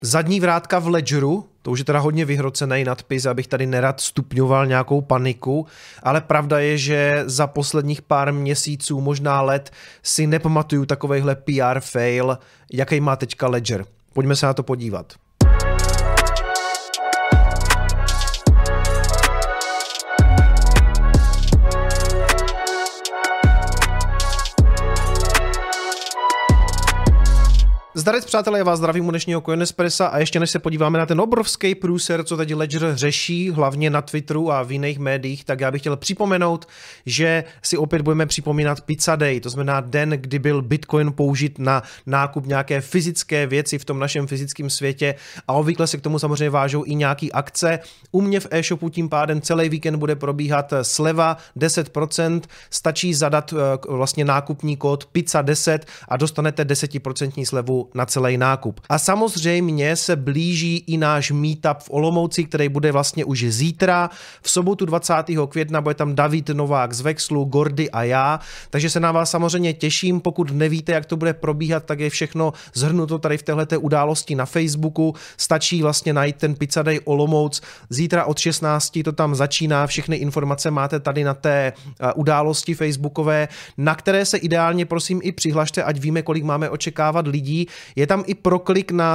Zadní vrátka v Ledgeru, to už je teda hodně vyhrocený nadpis, abych tady nerad stupňoval nějakou paniku, ale pravda je, že za posledních pár měsíců, možná let, si nepamatuju takovejhle PR fail, jaký má teďka Ledger. Pojďme se na to podívat. Zdarec, přátelé, já vás zdravím u dnešního Coinespressa a ještě než se podíváme na ten obrovský průser, co teď Ledger řeší, hlavně na Twitteru a v jiných médiích, tak já bych chtěl připomenout, že si opět budeme připomínat Pizza Day, to znamená den, kdy byl Bitcoin použit na nákup nějaké fyzické věci v tom našem fyzickém světě a obvykle se k tomu samozřejmě vážou i nějaký akce. U mě v e-shopu tím pádem celý víkend bude probíhat sleva 10%, stačí zadat vlastně nákupní kód PIZZA10 a dostanete 10% slevu na celý nákup. A samozřejmě se blíží i náš meetup v Olomouci, který bude vlastně už zítra. V sobotu 20. května bude tam David Novák z Vexlu, Gordy a já, takže se na vás samozřejmě těším. Pokud nevíte, jak to bude probíhat, tak je všechno shrnuto tady v téhleté události na Facebooku. Stačí vlastně najít ten Pizza Day Olomouc. Zítra od 16 to tam začíná. Všechny informace máte tady na té události facebookové, na které se ideálně prosím i přihlašte, ať víme, kolik máme očekávat lidí. Je tam i proklik na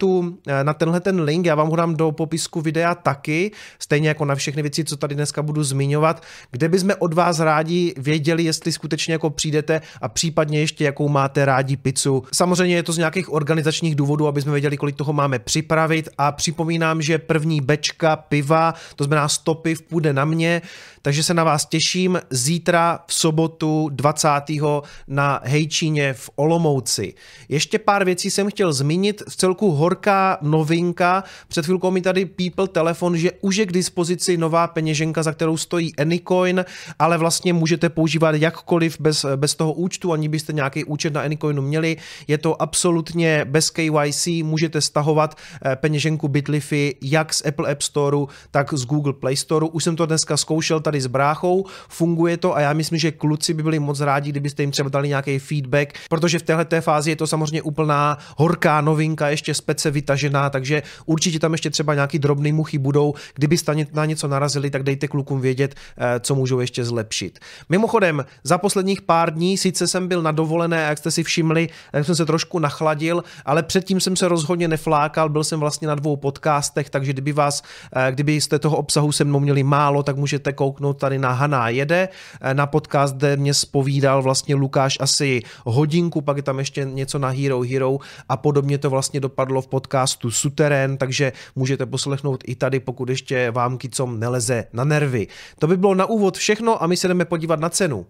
tenhle ten link, já vám ho dám do popisku videa taky, stejně jako na všechny věci, co tady dneska budu zmiňovat, kde bychom od vás rádi věděli, jestli skutečně jako přijdete a případně ještě jakou máte rádi pizzu. Samozřejmě je to z nějakých organizačních důvodů, aby jsme věděli, kolik toho máme připravit a připomínám, že první bečka piva, to znamená 100 piv, půjde na mě, takže se na vás těším zítra v sobotu 20. na Hejčíně v Olomouci. Ještě pár věcí jsem chtěl zmínit, v celku horká novinka, před chvilkou mi tady pípl telefon, že už je k dispozici nová peněženka, za kterou stojí Anycoin, ale vlastně můžete používat jakkoliv bez toho účtu, ani byste nějaký účet na Anycoinu měli, je to absolutně bez KYC, můžete stahovat peněženku Bitlify jak z Apple App Store, tak z Google Play Store, už jsem to dneska zkoušel tady s bráchou, funguje to a já myslím, že kluci by byli moc rádi, kdybyste jim třeba dali nějaký feedback, protože v téhleté fázi je to samozřejmě úplná horká novinka, ještě spece vytažená, takže určitě tam ještě třeba nějaký drobný muchy budou, kdybyste na něco narazili, tak dejte klukům vědět, co můžou ještě zlepšit. Mimochodem, za posledních pár dní, sice jsem byl na dovolené, jak jste si všimli, tak jsem se trošku nachladil, ale předtím jsem se rozhodně neflákal, byl jsem vlastně na 2 podcastech, takže kdybyste toho obsahu se mnou měli málo, tak můžete kouknout tady na Haná jede, na podcast, kde mě zpovídal vlastně Lukáš asi hodinku, pak je tam ještě něco na Hero a podobně to vlastně dopadlo v podcastu Suterén, takže můžete poslechnout i tady, pokud ještě vám kicom neleze na nervy. To by bylo na úvod všechno a my se jdeme podívat na cenu.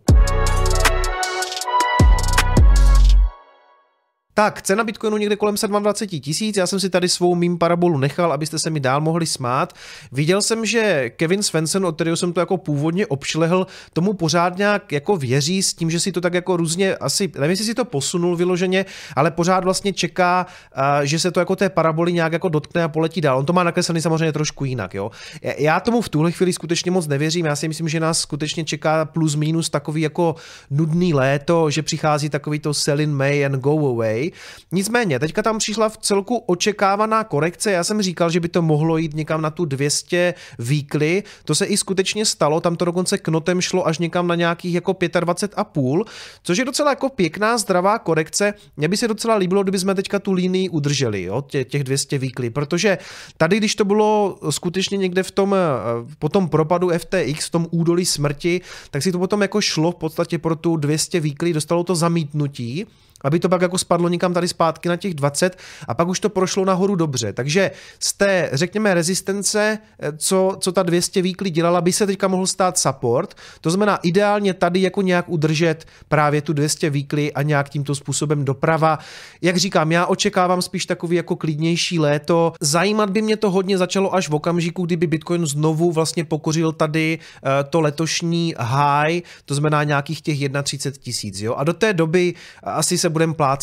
Tak, cena Bitcoinu někde kolem 27 000, já jsem si tady svou mým parabolu nechal, abyste se mi dál mohli smát. Viděl jsem, že Kevin Svensson, od kterého jsem to jako původně obšlehl, tomu pořád nějak jako věří s tím, že si to tak jako různě asi, nevím, jestli si to posunul vyloženě, ale pořád vlastně čeká, že se to jako té paraboly nějak jako dotkne a poletí dál. On to má nakreslený samozřejmě trošku jinak, jo. Já tomu v tuhle chvíli skutečně moc nevěřím, já si myslím, že nás skutečně čeká plus minus takový jako nudný léto, že přichází takový to sell in May and go away. Nicméně, teďka tam přišla v celku očekávaná korekce, já jsem říkal, že by to mohlo jít někam na tu 200 weekly, to se i skutečně stalo, tam to dokonce knotem šlo až někam na nějakých jako 25,5, což je docela jako pěkná, zdravá korekce, mně by se docela líbilo, kdyby jsme teďka tu línii udrželi, jo, těch 200 weekly, protože tady, když to bylo skutečně někde po tom propadu FTX, v tom údolí smrti, tak si to potom jako šlo v podstatě pro tu 200 weekly, dostalo to zamítnutí, aby to pak jako spadlo někam tady zpátky na těch 20 a pak už to prošlo nahoru dobře. Takže z té, řekněme, rezistence, co ta 200 weekly dělala, by se teďka mohl stát support. To znamená ideálně tady jako nějak udržet právě tu 200 weekly a nějak tímto způsobem doprava. Jak říkám, já očekávám spíš takový jako klidnější léto. Zajímat by mě to hodně začalo až v okamžiku, kdyby Bitcoin znovu vlastně pokořil tady to letošní high, to znamená nějakých těch 31 000, jo. A do té doby asi se budeme plácat,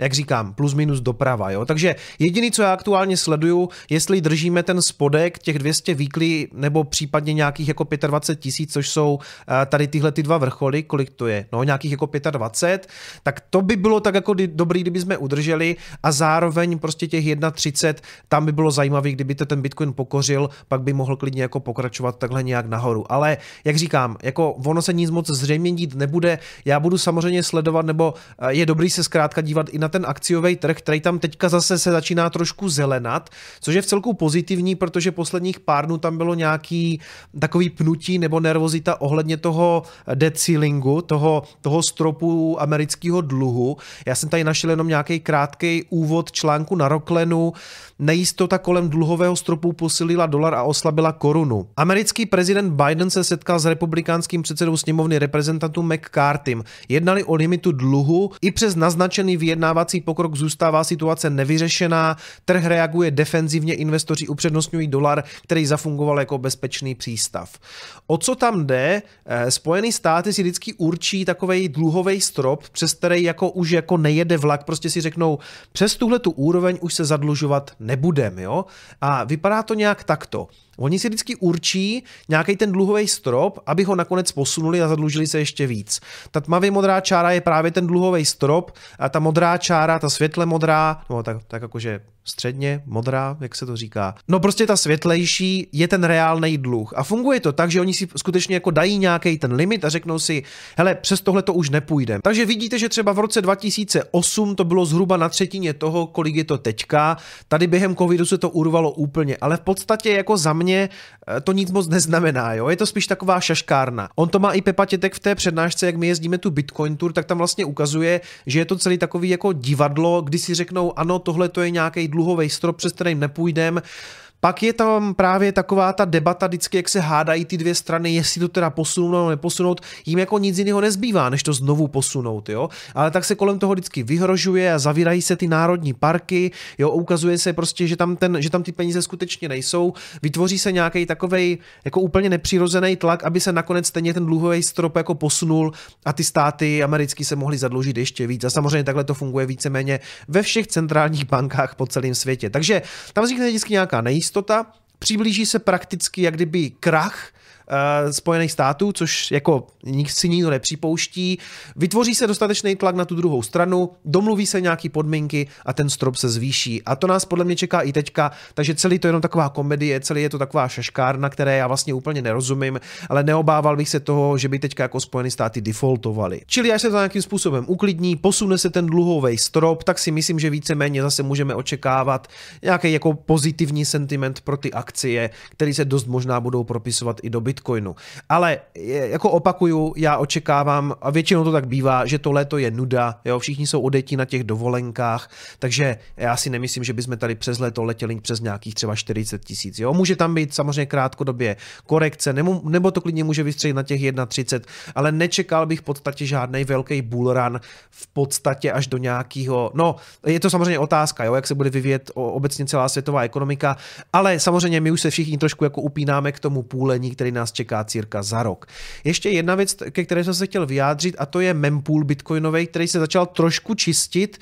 jak říkám, plus minus doprava, jo. Takže jediný, co já aktuálně sleduju, jestli držíme ten spodek těch 200 weekly nebo případně nějakých jako 25 000, což jsou tady tyhle ty dva vrcholy, kolik to je, no nějakých jako 25, tak to by bylo tak jako dobrý, kdyby jsme udrželi a zároveň prostě těch 1,30, tam by bylo zajímavý, kdyby to ten Bitcoin pokořil, pak by mohl klidně jako pokračovat takhle nějak nahoru. Ale jak říkám, jako ono se nic moc zřejmě dít nebude, já budu samozřejmě sledovat, nebo je dobrý se zkrátka dívat i na ten akciový trh, který tam teďka zase se začíná trošku zelenat, což je vcelku pozitivní, protože posledních pár dnů tam bylo nějaký takový pnutí nebo nervozita ohledně toho debt ceilingu, toho stropu amerického dluhu. Já jsem tady našel jenom nějaký krátký úvod článku na Rocklenu. Nejistota kolem dluhového stropu posílila dolar a oslabila korunu. Americký prezident Biden se setkal s republikánským předsedou sněmovny reprezentantů McCarthym. Jednali o limitu dluhu, i přes naznačený vyjednávací pokrok zůstává situace nevyřešená, trh reaguje defenzivně, investoři upřednostňují dolar, který zafungoval jako bezpečný přístav. O co tam jde? Spojené státy si vždycky určí takovej dluhový strop, přes který jako už jako nejede vlak, prostě si řeknou, přes tuhletu úroveň už se zadlužovat nebudeme, jo? A vypadá to nějak takto. Oni si vždycky určí nějaký ten dluhový strop, aby ho nakonec posunuli a zadlužili se ještě víc. Ta tmavě modrá čára je právě ten dluhový strop a ta modrá čára, ta světle modrá, no tak jakože středně modrá, jak se to říká. No prostě ta světlejší je ten reálný dluh. A funguje to tak, že oni si skutečně jako dají nějaký ten limit a řeknou si, hele, přes tohle to už nepůjdeme. Takže vidíte, že třeba v roce 2008 to bylo zhruba na třetině toho, kolik je to teďka. Tady během covidu se to urvalo úplně, ale v podstatě jako za mě to nic moc neznamená, jo? Je to spíš taková šaškárna. On to má i Pepa Tětek v té přednášce, jak my jezdíme tu Bitcoin Tour, tak tam vlastně ukazuje, že je to celý takový jako divadlo, kdy si řeknou, ano, tohle to je nějaký dluhový strop, přes kterým nepůjdem. Pak je tam právě taková ta debata vždycky, jak se hádají ty dvě strany, jestli to teda posunout nebo neposunout, jim jako nic jiného nezbývá, než to znovu posunout, jo. Ale tak se kolem toho vždycky vyhrožuje a zavírají se ty národní parky, jo, ukazuje se prostě, že tam ty peníze skutečně nejsou, vytvoří se nějaký takovej jako úplně nepřirozený tlak, aby se nakonec stejně ten dluhový strop jako posunul a ty státy americký se mohly zadlužit ještě víc. A samozřejmě takhle to funguje víceméně ve všech centrálních bankách po celém světě. Takže tam vznikne vždycky nějaká nejistota, přiblíží se prakticky jak kdyby krach Spojených států, což jako si nikdo nepřipouští. Vytvoří se dostatečný tlak na tu druhou stranu, domluví se nějaký podmínky a ten strop se zvýší. A to nás podle mě čeká i teďka, takže celý to je jenom taková komedie, celý je to taková šaškárna, které já vlastně úplně nerozumím, ale neobával bych se toho, že by teďka jako Spojené státy defaultovali. Čili až se to nějakým způsobem uklidní, posune se ten dluhový strop, tak si myslím, že víceméně zase můžeme očekávat nějaký jako pozitivní sentiment pro ty akcie, které se dost možná budou propisovat i do Bitcoinu. Ale jako opakuju, já očekávám, a většinou to tak bývá, že to léto je nuda, jo, všichni jsou odetí na těch dovolenkách, takže já si nemyslím, že bychom tady přes léto letěli přes nějakých třeba 40 000, jo. Může tam být samozřejmě krátkodobě korekce, nebo to klidně může vystřelit na těch 1,30, ale nečekal bych v podstatě žádnej velký bull run v podstatě až do nějakého, no, je to samozřejmě otázka, jo, jak se bude vyvíjet obecně celá světová ekonomika, ale samozřejmě my už se všichni trošku jako upínáme k tomu půlení, který nás čeká cirka za rok. Ještě jedna věc, ke které jsem se chtěl vyjádřit, a to je mempool bitcoinový, který se začal trošku čistit.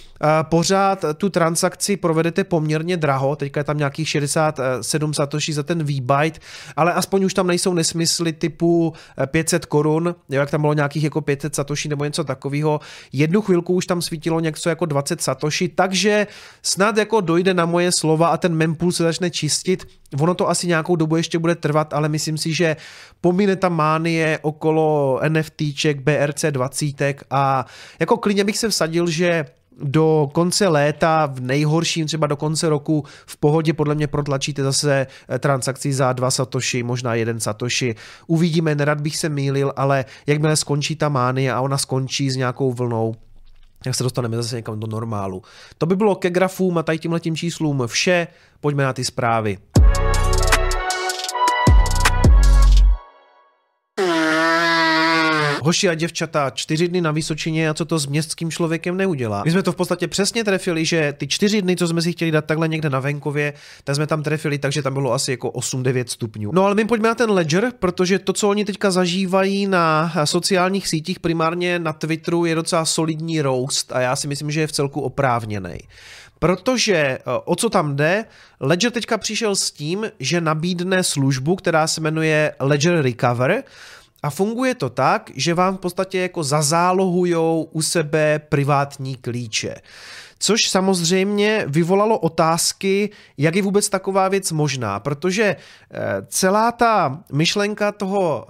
Pořád tu transakci provedete poměrně draho, teďka je tam nějakých 67 satoshi za ten V-byte, ale aspoň už tam nejsou nesmysly typu 500 korun, jak tam bylo nějakých jako 500 satoshi nebo něco takového. Jednu chvilku už tam svítilo něco jako 20 satoshi, takže snad jako dojde na moje slova a ten mempool se začne čistit. Ono to asi nějakou dobu ještě bude trvat, ale myslím si, že pomine ta mánie okolo NFTček, BRC20 a jako klidně bych se vsadil, že do konce léta, v nejhorším třeba do konce roku v pohodě podle mě protlačíte zase transakci za 2 satoshi, možná 1 satoshi. Uvidíme, nerad bych se mýlil, ale jakmile skončí ta mánie a ona skončí s nějakou vlnou, jak se dostaneme zase někam do normálu. To by bylo ke grafům a tady tímhletím číslům vše. Pojďme na ty zprávy. hoši a děvčata, 4 dny na Vysočině a co to s městským člověkem neudělá. My jsme to v podstatě přesně trefili, že ty 4 dny, co jsme si chtěli dát takhle někde na venkově, tak jsme tam trefili, takže tam bylo asi jako 8-9 stupňů. No ale my pojďme na ten Ledger, protože to, co oni teďka zažívají na sociálních sítích, primárně na Twitteru, je docela solidní roast a já si myslím, že je v celku oprávněný. Protože o co tam jde, Ledger teďka přišel s tím, že nabídne službu, která se jmenuje Ledger Recover a funguje to tak, že vám v podstatě jako zazálohujou u sebe privátní klíče. Což samozřejmě vyvolalo otázky, jak je vůbec taková věc možná, protože celá ta myšlenka toho,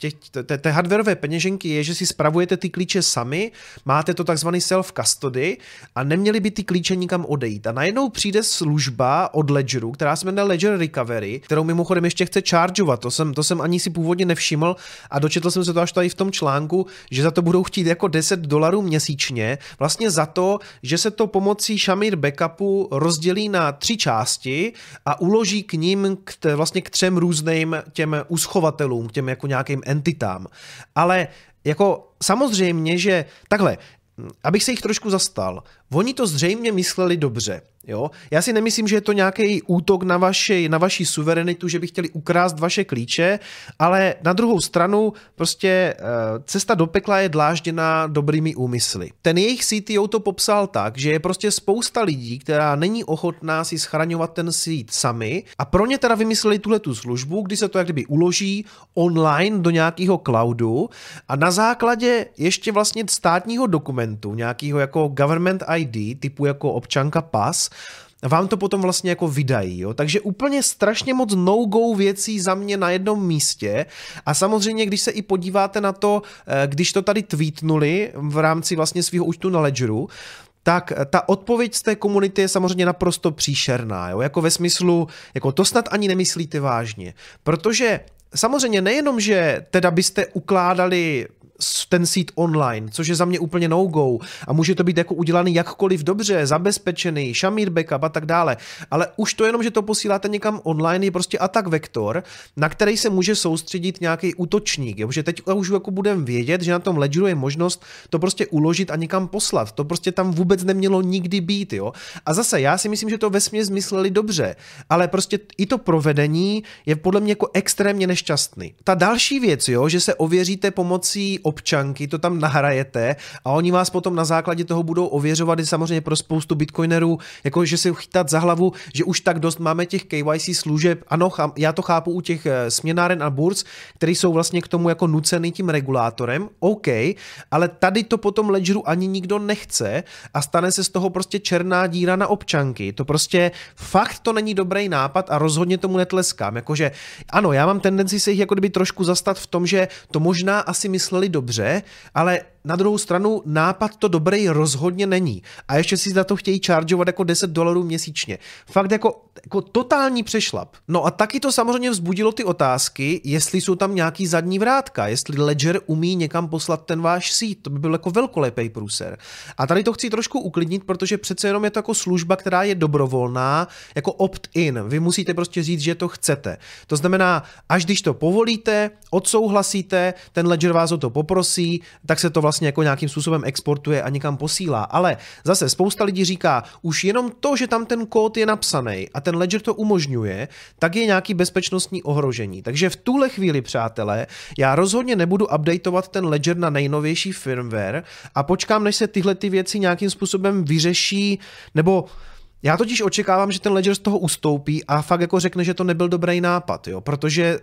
té hardwareové peněženky je, že si spravujete ty klíče sami, máte to takzvaný self-custody a neměli by ty klíče nikam odejít. A najednou přijde služba od Ledgeru, která se jmenuje Ledger Recovery, kterou mimochodem ještě chce chargeovat. To jsem ani si původně nevšiml a dočetl jsem se to až tady v tom článku, že za to budou chtít jako $10 měsíčně, vlastně za to, že se to pomocí Shamir backupu rozdělí na 3 části a uloží k ním vlastně k 3 různým těm uschovatelům, k těm jako nějakým entitám. Ale jako samozřejmě, že takhle, abych se jich trošku zastal, oni to zřejmě mysleli dobře. Jo? Já si nemyslím, že je to nějaký útok na vaši suverenitu, že by chtěli ukrást vaše klíče, ale na druhou stranu prostě cesta do pekla je dlážděná dobrými úmysly. Ten jejich CTO to popsal tak, že je prostě spousta lidí, která není ochotná si schraňovat ten seed sami a pro ně teda vymysleli tuhletu službu, kdy se to jak kdyby uloží online do nějakého cloudu a na základě ještě vlastně státního dokumentu, nějakého jako government ID, typu jako občanka pas, vám to potom vlastně jako vydají. Jo? Takže úplně strašně moc no-go věcí za mě na jednom místě a samozřejmě, když se i podíváte na to, když to tady tweetnuli v rámci vlastně svého účtu na Ledgeru, tak ta odpověď z té komunity je samozřejmě naprosto příšerná. Jo? Jako ve smyslu, jako to snad ani nemyslíte vážně. Protože samozřejmě nejenom, že teda byste ukládali ten seed online, což je za mě úplně no-go a může to být jako udělaný jakkoliv dobře, zabezpečený, Shamir backup a tak dále, ale už to jenom, že to posíláte někam online, je prostě atak vektor, na který se může soustředit nějaký útočník, jo? Že teď už jako budeme vědět, že na tom Ledgeru je možnost to prostě uložit a někam poslat, to prostě tam vůbec nemělo nikdy být, jo? A zase já si myslím, že to vesměs mysleli dobře, ale prostě i to provedení je podle mě jako extrémně nešťastný. Ta další věc, jo, že se ověříte pomocí občanky, to tam nahrajete a oni vás potom na základě toho budou ověřovat, i samozřejmě pro spoustu bitcoinerů, jako že se chytat za hlavu, že už tak dost máme těch KYC služeb. Ano, já to chápu u těch směnáren a burz, které jsou vlastně k tomu jako nucený tím regulátorem, OK, ale tady to potom Ledgeru ani nikdo nechce a stane se z toho prostě černá díra na občanky. To prostě fakt to není dobrý nápad a rozhodně tomu netleskám. Jakože ano, já mám tendenci se jich jako kdyby trošku zastat v tom, že to možná asi mysleli dobře, ale na druhou stranu nápad to dobrý rozhodně není. A ještě si za to chtějí chargeovat jako $10 měsíčně. Fakt jako totální přešlap. No a taky to samozřejmě vzbudilo ty otázky, jestli jsou tam nějaký zadní vrátka, jestli Ledger umí někam poslat ten váš seed. To by byl jako velkolepý průser. A tady to chci trošku uklidnit, protože přece jenom je to jako služba, která je dobrovolná, jako opt-in. Vy musíte prostě říct, že to chcete. To znamená, až když to povolíte, odsouhlasíte, ten Ledger vás o to poprosí, tak se to vlastně jako nějakým způsobem exportuje a někam posílá. Ale zase spousta lidí říká, už jenom to, že tam ten kód je napsaný a ten Ledger to umožňuje, tak je nějaký bezpečnostní ohrožení. Takže v tuhle chvíli, přátelé, já rozhodně nebudu updateovat ten Ledger na nejnovější firmware a počkám, než se tyhle ty věci nějakým způsobem vyřeší, nebo já totiž očekávám, že ten Ledger z toho ustoupí a fakt jako řekne, že to nebyl dobrý nápad, jo, protože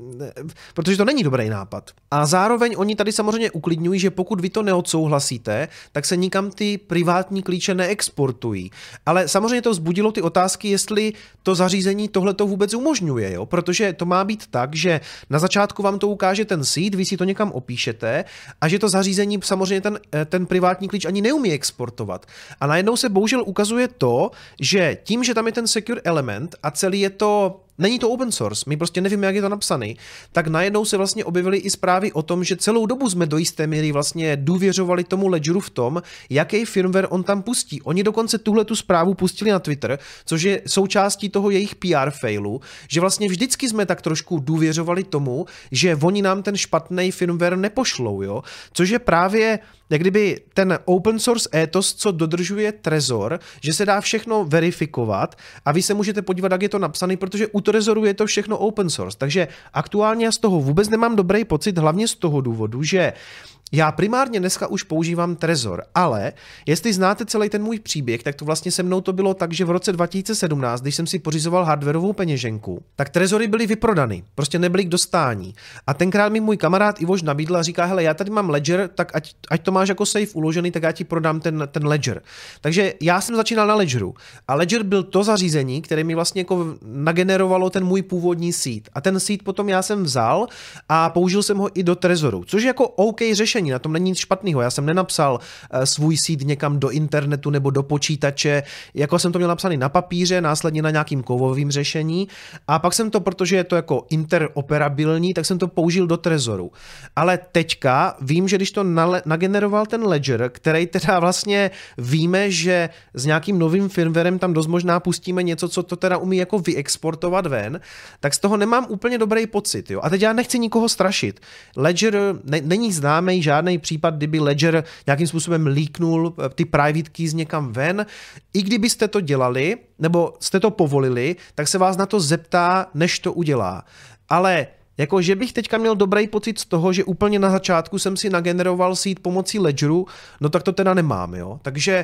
to není dobrý nápad. A zároveň oni tady samozřejmě uklidňují, že pokud vy to neodsouhlasíte, tak se nikam ty privátní klíče neexportují. Ale samozřejmě to vzbudilo ty otázky, jestli to zařízení tohleto vůbec umožňuje, jo? Protože to má být tak, že na začátku vám to ukáže ten seed, vy si to někam opíšete a že to zařízení samozřejmě ten privátní klíč ani neumí exportovat. A najednou se bohužel ukazuje to, že tím, že tam je ten secure element a celý je to není to open source, my prostě nevíme, jak je to napsaný, tak najednou se vlastně objevily i zprávy o tom, že celou dobu jsme do jisté míry vlastně důvěřovali tomu Ledgeru v tom, jaký firmware on tam pustí. Oni dokonce tu zprávu pustili na Twitter, což je součástí toho jejich PR failu, že vlastně vždycky jsme tak trošku důvěřovali tomu, že oni nám ten špatný firmware nepošlou, jo? Což je právě jak kdyby ten open source ethos, co dodržuje Trezor, že se dá všechno verifikovat a vy se můžete podívat, jak je to napsané, protože u Trezoru je to všechno open source. Takže aktuálně já z toho vůbec nemám dobrý pocit, hlavně z toho důvodu, že já primárně dneska už používám Trezor, ale jestli znáte celý ten můj příběh, tak to vlastně se mnou to bylo tak, že v roce 2017, když jsem si pořizoval hardwarovou peněženku, tak Trezory byly vyprodany, prostě nebyly k dostání. A tenkrát mi můj kamarád Ivoš nabídl a říká, hele, já tady mám Ledger, tak ať to máš jako safe uložený, tak já ti prodám ten Ledger. Takže já jsem začínal na Ledgeru a Ledger byl to zařízení, které mi vlastně jako nagenerovalo ten můj původní seed. A ten seed potom já jsem vzal a použil jsem ho i do Trezoru, což je jako OK řešení. Na tom není nic špatného. Já jsem nenapsal svůj seed někam do internetu nebo do počítače, jako jsem to měl napsaný na papíře, následně na nějakým kovovým řešení a pak jsem to, protože je to jako interoperabilní, tak jsem to použil do Trezoru. Ale teďka vím, že když to nageneroval ten Ledger, který teda vlastně víme, že s nějakým novým firmwarem tam dost možná pustíme něco, co to teda umí jako vyexportovat ven, tak z toho nemám úplně dobrý pocit. Jo? A teď já nechci nikoho strašit. Ledger není známý žádný případ, kdyby Ledger nějakým způsobem líknul ty private keys někam ven. I kdybyste to dělali, nebo jste to povolili, tak se vás na to zeptá, než to udělá. Ale jako, že bych teďka měl dobrý pocit z toho, že úplně na začátku jsem si nageneroval seed pomocí Ledgeru, no tak to teda nemám, jo. Takže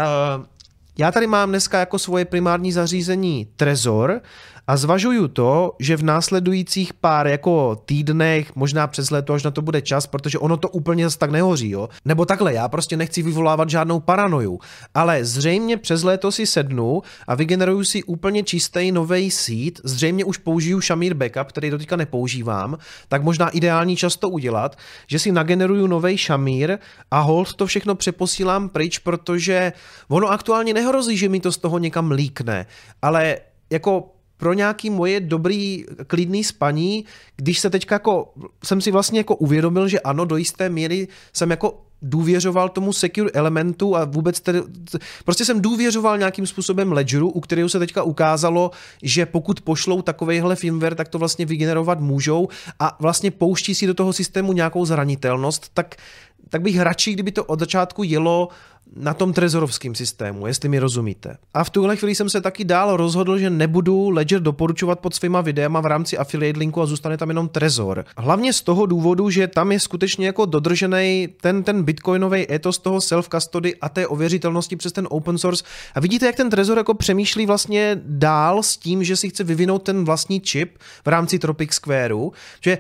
já tady mám dneska jako svoje primární zařízení Trezor a zvažuju to, že v následujících pár jako týdnech, možná přes léto, až na to bude čas, protože ono to úplně zase tak nehoří, jo. Nebo takhle, já prostě nechci vyvolávat žádnou paranoju, ale zřejmě přes léto si sednu a vygeneruju si úplně čistý novej seed, zřejmě už použiju Shamir Backup, který doteďka nepoužívám, tak možná ideální čas to udělat, že si nageneruju novej Shamir a hold to všechno přeposílám pryč, protože ono aktuálně nehrozí, že mi to z toho někam líkne, ale jako pro nějaký moje dobrý klidný spaní, když se teďka jako, jsem si vlastně jako uvědomil, že ano, do jisté míry jsem jako důvěřoval tomu secure elementu a vůbec tedy, prostě jsem důvěřoval nějakým způsobem Ledgeru, u kterého se teďka ukázalo, že pokud pošlou takovejhle firmware, tak to vlastně vygenerovat můžou a vlastně pouští si do toho systému nějakou zranitelnost, tak bych radši, kdyby to od začátku jelo na tom trezorovském systému, jestli mi rozumíte. A v tuhle chvíli jsem se taky dál rozhodl, že nebudu Ledger doporučovat pod svýma videama v rámci affiliate linku a zůstane tam jenom Trezor. Hlavně z toho důvodu, že tam je skutečně jako dodržený ten bitcoinový ethos toho self-custody a té ověřitelnosti přes ten open source. A vidíte, jak ten Trezor jako přemýšlí vlastně dál s tím, že si chce vyvinout ten vlastní čip v rámci Tropic Squareu, že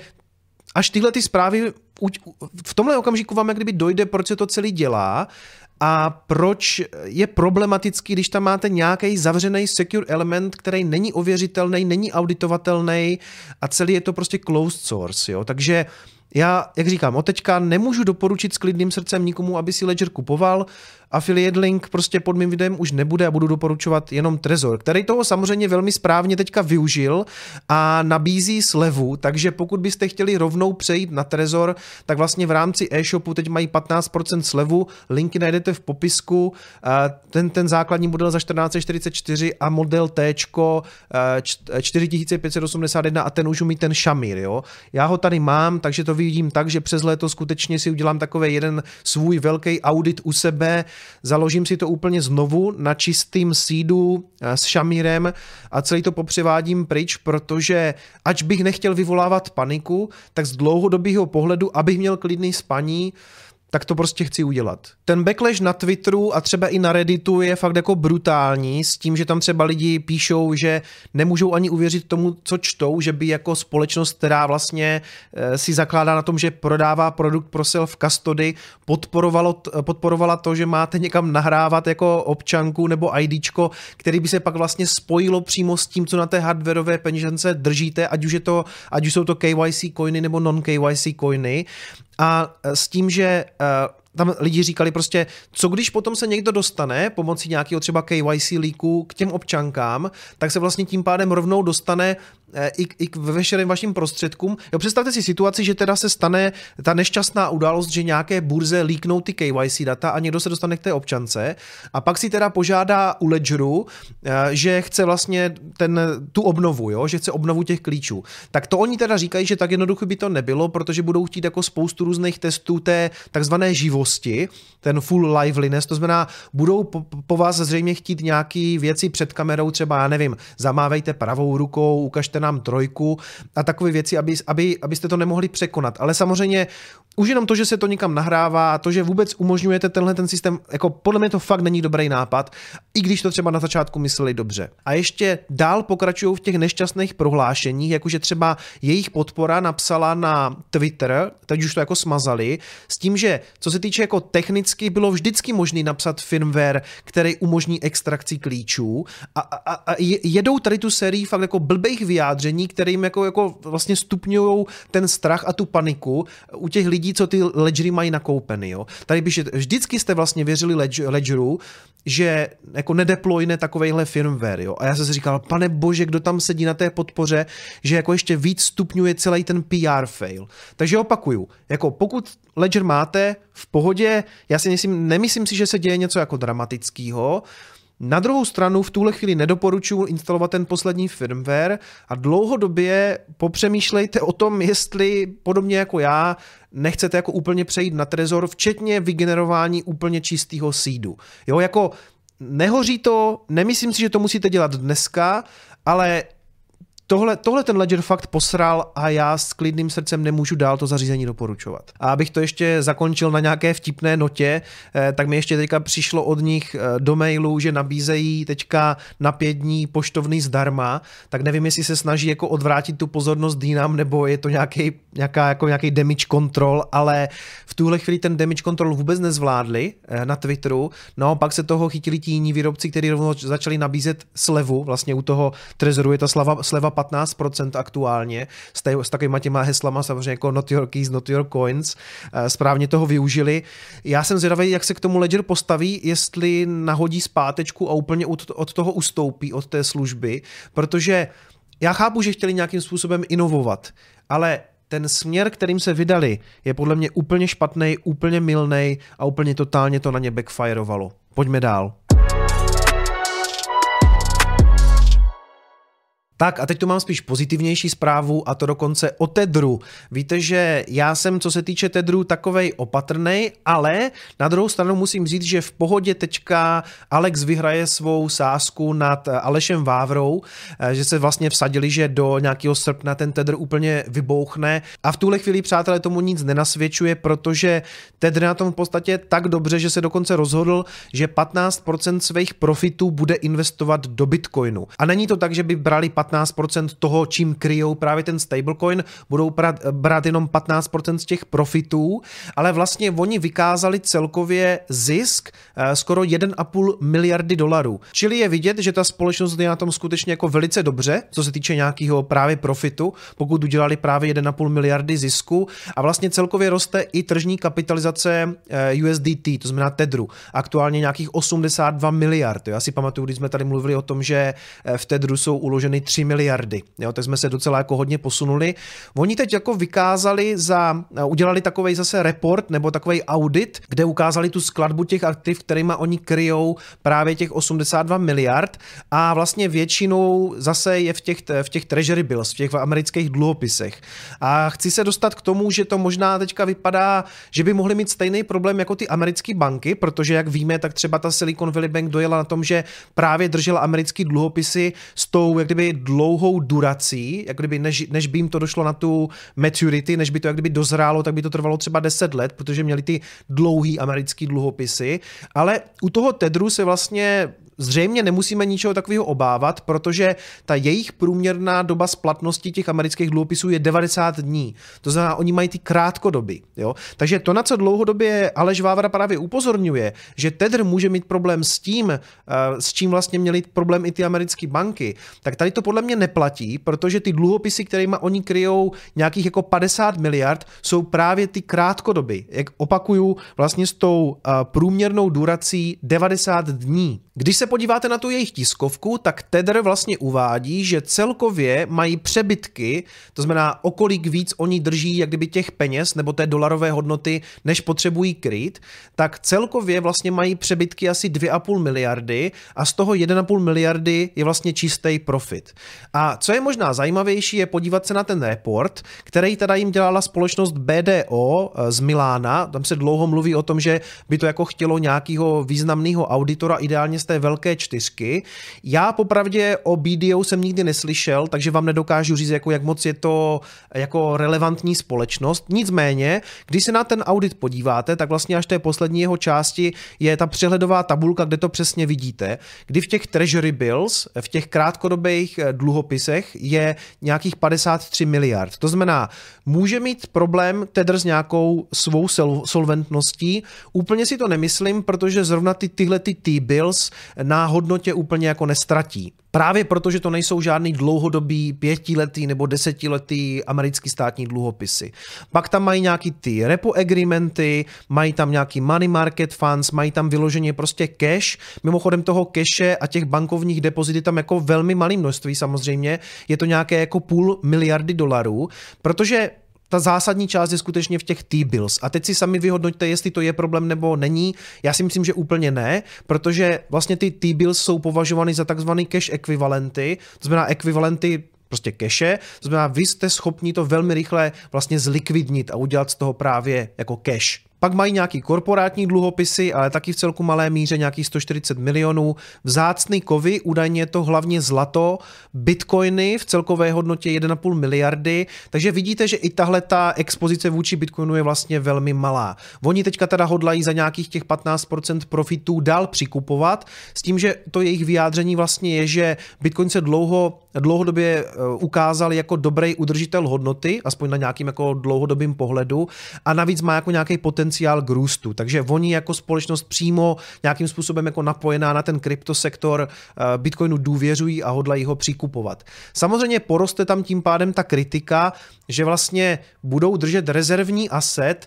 až tyhle ty zprávy v tomhle okamžiku vám jak kdyby dojde, proč se to celý dělá a proč je problematický, když tam máte nějaký zavřený secure element, který není ověřitelný, není auditovatelný a celý je to prostě closed source. Jo? Takže já, jak říkám, od teďka nemůžu doporučit s klidným srdcem nikomu, aby si Ledger kupoval. Affiliate link prostě pod mým videem už nebude a budu doporučovat jenom Trezor, který toho samozřejmě velmi správně teďka využil a nabízí slevu, takže pokud byste chtěli rovnou přejít na Trezor, tak vlastně v rámci e-shopu teď mají 15% slevu, linky najdete v popisku, ten základní model za 1444 a model T 4581 a ten už umí ten Shamir, jo. Já ho tady mám, takže to vidím tak, že přes léto skutečně si udělám takový jeden svůj velký audit u sebe, založím si to úplně znovu na čistým seedu s Shamirem a celý to popřevádím pryč, protože ač bych nechtěl vyvolávat paniku, tak z dlouhodobého pohledu, abych měl klidný spaní, tak to prostě chci udělat. Ten backlash na Twitteru a třeba i na Redditu je fakt jako brutální s tím, že tam třeba lidi píšou, že nemůžou ani uvěřit tomu, co čtou, že by jako společnost, která vlastně si zakládá na tom, že prodává produkt pro self-custody, podporovala to, že máte někam nahrávat jako občanku nebo IDčko, který by se pak vlastně spojilo přímo s tím, co na té hardwareové peněžence držíte, ať už jsou to KYC coiny nebo non-KYC coiny. A s tím, že tam lidi říkali prostě, co když potom se někdo dostane pomocí nějakého třeba KYC leaku k těm občankám, tak se vlastně tím pádem rovnou dostane i k veškerým vašim prostředkům. Jo, představte si situaci, že teda se stane ta nešťastná událost, že nějaké burze líknou ty KYC data a někdo se dostane k té občance a pak si teda požádá u Ledgeru, že chce vlastně tu obnovu, jo? Že chce obnovu těch klíčů. Tak to oni teda říkají, že tak jednoduché by to nebylo, protože budou chtít jako spoustu různých testů té takzvané živosti, ten full liveliness, to znamená, budou po vás zřejmě chtít nějaký věci před kamerou, třeba, já nevím, zamávejte pravou rukou, ukažte nám trojku a takové věci, abyste to nemohli překonat. Ale samozřejmě už jenom to, že se to někam nahrává, to, že vůbec umožňujete tenhle ten systém, jako podle mě to fakt není dobrý nápad, i když to třeba na začátku mysleli dobře. A ještě dál pokračují v těch nešťastných prohlášeních, jakože třeba jejich podpora napsala na Twitter, teď už to jako smazali, s tím, že co se týče jako technicky, bylo vždycky možné napsat firmware, který umožní extrakci klíčů a jedou tady tu sérii fakt jako blbých vyjádření, kterým jako vlastně stupňují ten strach a tu paniku u těch lidí, co ty ledgery mají nakoupeny. Jo. Tady píše, vždycky jste vlastně věřili Ledgeru, že jako nedeployne takovejhle firmware. Jo. A já jsem si říkal, pane bože, kdo tam sedí na té podpoře, že jako ještě víc stupňuje celý ten PR fail. Takže opakuju, jako pokud Ledger máte v pohodě, já si nemyslím si, že se děje něco jako dramatického. Na druhou stranu v tuhle chvíli nedoporučuji instalovat ten poslední firmware a dlouhodobě popřemýšlejte o tom, jestli podobně jako já nechcete jako úplně přejít na Trezor, včetně vygenerování úplně čistého seedu. Jo, jako nehoří to, nemyslím si, že to musíte dělat dneska, ale tohle ten Ledger fakt posral a já s klidným srdcem nemůžu dál to zařízení doporučovat. A abych to ještě zakončil na nějaké vtipné notě, tak mi ještě teďka přišlo od nich do mailu, že nabízejí teďka na 5 dní poštovný zdarma, tak nevím, jestli se snaží jako odvrátit tu pozornost dýnám, nebo je to nějaký damage control, ale v tuhle chvíli ten damage control vůbec nezvládli na Twitteru, no pak se toho chytili ti jiní výrobci, kteří rovnou začali nabízet slevu, vlastně u toho Trezoru je ta sleva 15% aktuálně, s takovýma těma heslama samozřejmě jako not your keys, not your coins, správně toho využili. Já jsem zvědavý, jak se k tomu Ledger postaví, jestli nahodí zpátečku a úplně od toho ustoupí, od té služby, protože já chápu, že chtěli nějakým způsobem inovovat, ale ten směr, kterým se vydali, je podle mě úplně špatný, úplně mylnej a úplně totálně to na ně backfirovalo. Pojďme dál. Tak a teď tu mám spíš pozitivnější zprávu a to dokonce o Tethru. Víte, že já jsem, co se týče Tethru, takovej opatrnej, ale na druhou stranu musím říct, že v pohodě teďka Alex vyhraje svou sázku nad Alešem Vávrou, že se vlastně vsadili, že do nějakého srpna ten Tether úplně vybouchne a v tuhle chvíli, přátelé, tomu nic nenasvědčuje, protože Tether na tom v podstatě tak dobře, že se dokonce rozhodl, že 15% svých profitů bude investovat do Bitcoinu. A není to tak, že by brali 15% toho, čím kryjou právě ten stablecoin, budou brát jenom 15% z těch profitů, ale vlastně oni vykázali celkově zisk skoro 1,5 miliardy dolarů. Čili je vidět, že ta společnost je na tom skutečně jako velice dobře, co se týče nějakého právě profitu, pokud udělali právě 1,5 miliardy zisku a vlastně celkově roste i tržní kapitalizace USDT, to znamená Tetheru, aktuálně nějakých 82 miliard. Já si pamatuju, když jsme tady mluvili o tom, že v Tetheru jsou uloženy 3 miliardy. Jo, tak jsme se docela jako hodně posunuli. Oni teď jako vykázali udělali takovej zase report nebo takovej audit, kde ukázali tu skladbu těch aktiv, kterýma oni kryjou právě těch 82 miliard a vlastně většinou zase je v těch treasury bills, v těch amerických dluhopisech. A chci se dostat k tomu, že to možná teďka vypadá, že by mohli mít stejný problém jako ty americké banky, protože jak víme, tak třeba ta Silicon Valley Bank dojela na tom, že právě držela americké dluhopisy s tou jak kdyby dlouhou durací, jak kdyby než by jim to došlo na tu maturity, než by to jak kdyby dozrálo, tak by to trvalo třeba 10 let, protože měli ty dlouhý americký dluhopisy, ale u toho Tetheru se vlastně zřejmě nemusíme ničeho takového obávat, protože ta jejich průměrná doba splatnosti těch amerických dluhopisů je 90 dní. To znamená, oni mají ty krátkodoby. Jo? Takže to, na co dlouhodobě Aleš Vávra právě upozorňuje, že Tether může mít problém s tím, s čím vlastně měli problém i ty americké banky, tak tady to podle mě neplatí, protože ty dluhopisy, kterými oni kryjou nějakých jako 50 miliard, jsou právě ty krátkodoby. Jak opakuju, vlastně s tou průměrnou durací 90 dní. Když se podíváte na tu jejich tiskovku, tak Tether vlastně uvádí, že celkově mají přebytky, to znamená o kolik víc oni drží jak kdyby těch peněz nebo té dolarové hodnoty, než potřebují kryt, tak celkově vlastně mají přebytky asi 2,5 miliardy a z toho 1,5 miliardy je vlastně čistý profit. A co je možná zajímavější, je podívat se na ten report, který teda jim dělala společnost BDO z Milána. Tam se dlouho mluví o tom, že by to jako chtělo nějakého významného auditora, ideálně z té velké čtyřky. Já popravdě o BDO jsem nikdy neslyšel, takže vám nedokážu říct, jako jak moc je to jako relevantní společnost. Nicméně, když se na ten audit podíváte, tak vlastně až té poslední jeho části je ta přehledová tabulka, kde to přesně vidíte, kdy v těch treasury bills, v těch krátkodobých dluhopisech je nějakých 53 miliard. To znamená, může mít problém Tether s nějakou svou solventností. Úplně si to nemyslím, protože zrovna tyhle T-bills na hodnotě úplně jako nestratí. Právě proto, že to nejsou žádný dlouhodobý 5letý nebo 10letý americký státní dluhopisy. Pak tam mají nějaký ty repo agreementy, mají tam nějaký money market funds, mají tam vyloženě prostě cash. Mimochodem toho cache a těch bankovních depozit je tam jako velmi malé množství samozřejmě. Je to nějaké jako $0,5 miliardy, protože ta zásadní část je skutečně v těch T-bills. A teď si sami vyhodnoťte, jestli to je problém nebo není. Já si myslím, že úplně ne, protože vlastně ty T-bills jsou považovány za takzvaný cash ekvivalenty, to znamená ekvivalenty prostě cache, to znamená, vy jste schopni to velmi rychle vlastně zlikvidnit a udělat z toho právě jako cash. Pak mají nějaký korporátní dluhopisy, ale taky v celku malé míře nějakých 140 milionů. Vzácný kovy, údajně je to hlavně zlato, bitcoiny v celkové hodnotě 1,5 miliardy, takže vidíte, že i tahle ta expozice vůči bitcoinu je vlastně velmi malá. Oni teďka teda hodlají za nějakých těch 15% profitů dál přikupovat, s tím, že to jejich vyjádření vlastně je, že bitcoin se dlouhodobě ukázal jako dobrý udržitel hodnoty, aspoň na nějakým jako dlouhodobým pohledu, a navíc má jako nějaký potenciál k růstu. Takže oni jako společnost přímo nějakým způsobem jako napojená na ten kryptosektor Bitcoinu důvěřují a hodlají ho přikupovat. Samozřejmě poroste tam tím pádem ta kritika, že vlastně budou držet rezervní asset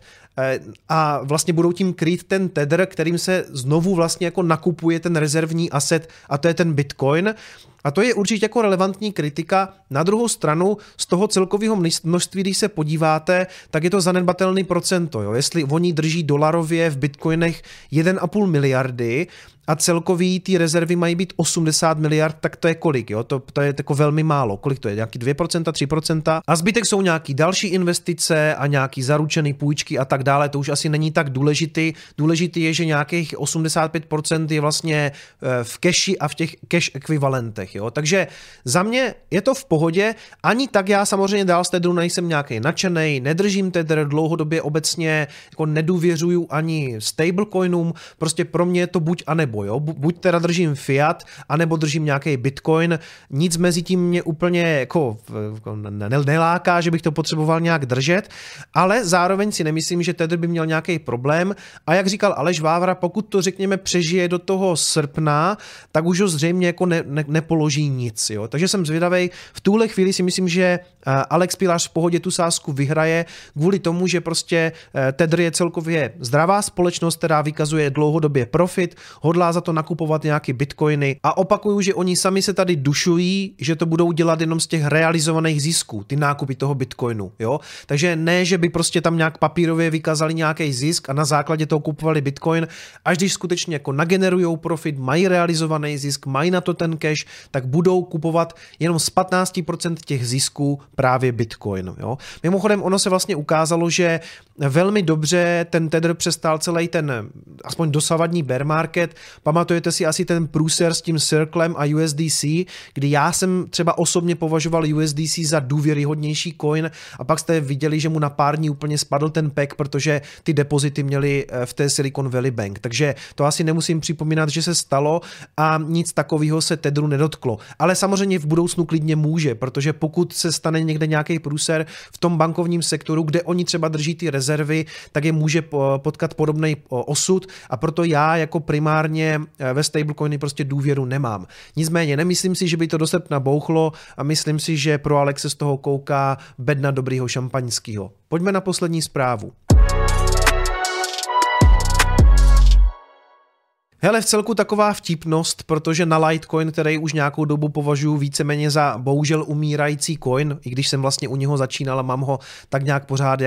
a vlastně budou tím krýt ten Tether, kterým se znovu vlastně jako nakupuje ten rezervní asset, a to je ten Bitcoin. A to je určitě jako relevantní kritika. Na druhou stranu z toho celkového množství, když se podíváte, tak je to zanedbatelný procento. Jo? Jestli oni drží dolarově v bitcoinech 1,5 miliardy a celkový ty rezervy mají být 80 miliard, tak to je kolik? Jo? To je jako velmi málo. Kolik to je? Nějaký 2%, 3%? A zbytek jsou nějaký další investice a nějaký zaručený půjčky a tak dále. To už asi není tak důležitý. Důležitý je, že nějakých 85% je vlastně v cashi a v těch cash ekvivalentech. Jo? Takže za mě je to v pohodě. Ani tak já samozřejmě dál z Tetheru nejsem nějaký nadšenej, nedržím Tether dlouhodobě, obecně jako nedůvěřuju ani stablecoinům. Prostě pro mě je to buď a nebo. Jo? Buď teda držím fiat, anebo držím nějaký bitcoin. Nic mezi tím mě úplně jako neláká, že bych to potřeboval nějak držet, ale zároveň si nemyslím, že Tether by měl nějaký problém. A jak říkal Aleš Vávra, pokud to řekněme přežije do toho srpna, tak už ho zřejmě jako nepoloží nic. Jo? Takže jsem zvědavej. V tuhle chvíli si myslím, že Alex Pilař v pohodě tu sázku vyhraje kvůli tomu, že prostě Tether je celkově zdravá společnost, která vykazuje dlouhodobě profit, hodlá za to nakupovat nějaké bitcoiny a opakuju, že oni sami se tady dušují, že to budou dělat jenom z těch realizovaných zisků, ty nákupy toho bitcoinu. Jo? Takže ne, že by prostě tam nějak papírově vykázali nějaký zisk a na základě toho kupovali bitcoin, až když skutečně jako nagenerujou profit, mají realizovaný zisk, mají na to ten cash, tak budou kupovat jenom z 15% těch zisků právě bitcoin. Jo? Mimochodem ono se vlastně ukázalo, že velmi dobře ten Tether přestál celý ten aspoň dosavadní bear market. Pamatujete si asi ten průser s tím Circlem a USDC, kdy já jsem třeba osobně považoval USDC za důvěryhodnější coin a pak jste viděli, že mu na pár dní úplně spadl ten pek, protože ty depozity měly v té Silicon Valley Bank. Takže to asi nemusím připomínat, že se stalo a nic takového se Tetheru nedotklo. Ale samozřejmě v budoucnu klidně může, protože pokud se stane někde nějaký průser v tom bankovním sektoru, kde oni třeba drží ty rezervy, tak je může potkat podobný osud a proto já jako primárně ve stablecoiny prostě důvěru nemám. Nicméně nemyslím si, že by to do srpna bouchlo a myslím si, že pro Alexe z toho kouká bedna dobrýho šampaňského. Pojďme na poslední zprávu. Hele, v celku taková vtipnost, protože na Litecoin, který už nějakou dobu považuji víceméně za bohužel umírající coin, i když jsem vlastně u něho začínal a mám ho tak nějak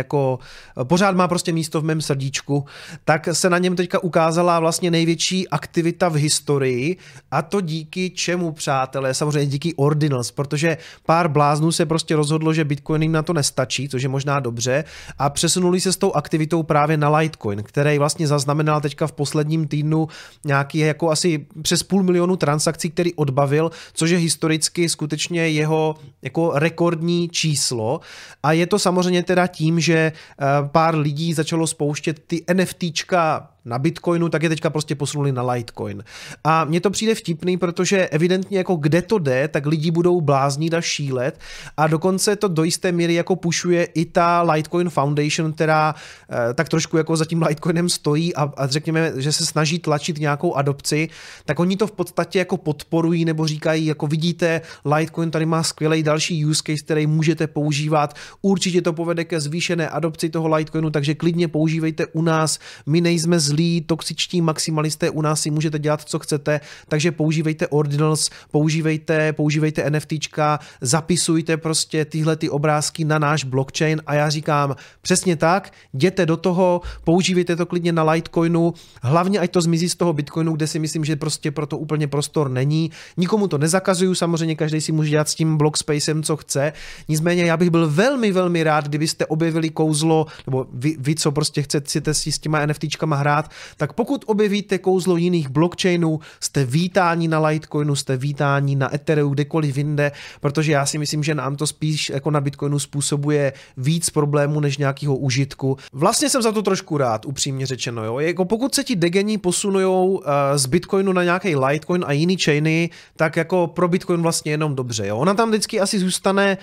pořád má prostě místo v mém srdíčku, tak se na něm teďka ukázala vlastně největší aktivita v historii, a to díky čemu, přátelé? Samozřejmě díky Ordinals, protože pár bláznů se prostě rozhodlo, že Bitcoin jim na to nestačí, což je možná dobře, a přesunuli se s tou aktivitou právě na Litecoin, který vlastně zaznamenal teďka v posledním týdnu nějaký jako asi přes 500 000 transakcí, který odbavil, což je historicky skutečně jeho jako rekordní číslo, a je to samozřejmě teda tím, že pár lidí začalo spouštět ty NFTčka na Bitcoinu, tak je teďka prostě posunuli na Litecoin. A mně to přijde vtipný, protože evidentně jako kde to jde, tak lidi budou bláznit a šílet, a dokonce to do jisté míry jako pušuje i ta Litecoin Foundation, která tak trošku jako za tím Litecoinem stojí a řekněme, že se snaží tlačit nějakou adopci, tak oni to v podstatě jako podporují nebo říkají, jako vidíte, Litecoin tady má skvělý další use case, který můžete používat, určitě to povede ke zvýšené adopci toho Litecoinu, takže klidně používejte u nás, my nejsme zlí, toxičtí maximalisté, u nás si můžete dělat, co chcete, takže používejte Ordinals, používejte NFTčka, zapisujte prostě tyhle ty obrázky na náš blockchain, a já říkám přesně tak, jděte do toho, používejte to klidně na Litecoinu, hlavně ať to zmizí z toho Bitcoinu, kde si myslím, že prostě pro to úplně prostor není. Nikomu to nezakazuju, samozřejmě každý si může dělat s tím blockspacem, co chce. Nicméně já bych byl velmi, velmi rád, kdybyste objevili kouzlo, nebo vy co prostě chcete si s těma NFTčkama hrát, tak pokud objevíte kouzlo jiných blockchainů, jste vítáni na Litecoinu, jste vítáni na Ethereu, kdekoliv jinde, protože já si myslím, že nám to spíš jako na Bitcoinu způsobuje víc problémů než nějakého užitku. Vlastně jsem za to trošku rád, upřímně řečeno, jo. Jako pokud se ti degeni posunujou z Bitcoinu na nějaký Litecoin a jiný chainy, tak jako pro Bitcoin vlastně jenom dobře, jo. Ona tam vždycky asi zůstane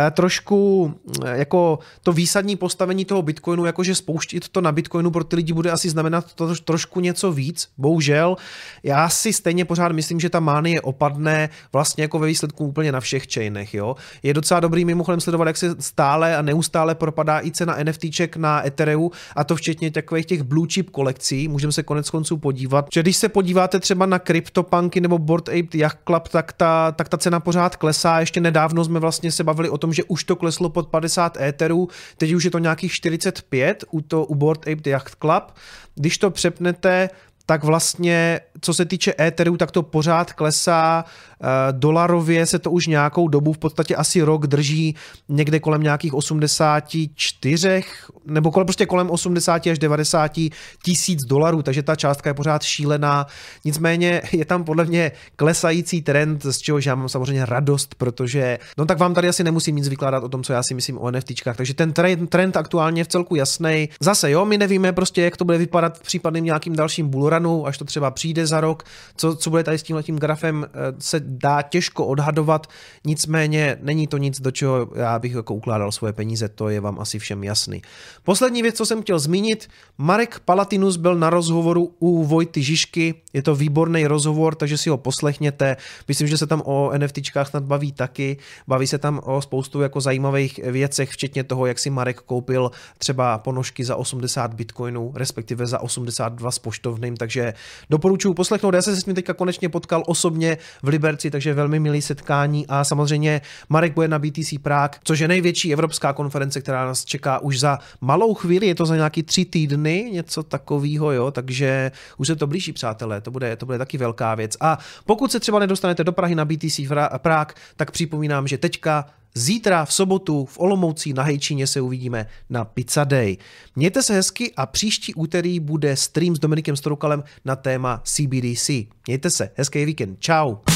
trošku jako to výsadní postavení toho Bitcoinu, jakože spouštět to na Bitcoinu pro ty lidi bude asi znamenat to trošku něco víc, bohužel. Já si stejně pořád myslím, že ta mánie opadne vlastně jako ve výsledku úplně na všech chainech, jo. Je docela dobrý mimochodem sledovat, jak se stále a neustále propadá i cena NFTček na Ethereu, a to včetně takových těch blue chip kolekcí. Můžeme se konec konců podívat, že když se podíváte třeba na CryptoPunky nebo Bored Ape Yacht Club, tak ta cena pořád klesá. Ještě nedávno jsme vlastně se bavili o tom, že už to kleslo pod 50 Etherů, teď už je to nějakých 45 u Bored Ape Yacht Club. Když to přepnete, tak vlastně, co se týče Etheru, tak to pořád klesá, dolarově se to už nějakou dobu, v podstatě asi rok drží někde kolem nějakých 84, nebo prostě kolem 80 až 90 tisíc dolarů, takže ta částka je pořád šílená, nicméně je tam podle mě klesající trend, z čehož já mám samozřejmě radost, protože, no tak vám tady asi nemusím nic vykládat o tom, co já si myslím o NFTčkách, takže ten trend aktuálně je v celku jasný. Zase jo, my nevíme prostě, jak to bude vypadat v případným nějakým dalším bullrunu, až to třeba přijde za rok, co bude tady s tímhletím grafem, se dá těžko odhadovat, nicméně není to nic, do čeho já bych jako ukládal svoje peníze, to je vám asi všem jasný. Poslední věc, co jsem chtěl zmínit, Marek Palatinus byl na rozhovoru u Vojty Žižky, je to výborný rozhovor, takže si ho poslechněte, myslím, že se tam o NFTčkách snad baví taky, baví se tam o spoustu jako zajímavých věcech, včetně toho, jak si Marek koupil třeba ponožky za 80 bitcoinů, respektive za 82 s poštovným, takže doporučuji poslechnout. Já jsem se s ním teďka konečně potkal osobně v Liberci, takže velmi milý setkání, a samozřejmě Marek bude na BTC Prague, což je největší evropská konference, která nás čeká už za malou chvíli, je to za nějaký 3 týdny, něco takového, jo, takže už se to blíží, přátelé, to bude taky velká věc. A pokud se třeba nedostanete do Prahy na BTC Prague, tak připomínám, že teďka zítra v sobotu v Olomouci na Hejčíně se uvidíme na Pizza Day. Mějte se hezky a příští úterý bude stream s Dominikem Stroukalem na téma CBDC. Mějte se, hezký víkend, čau.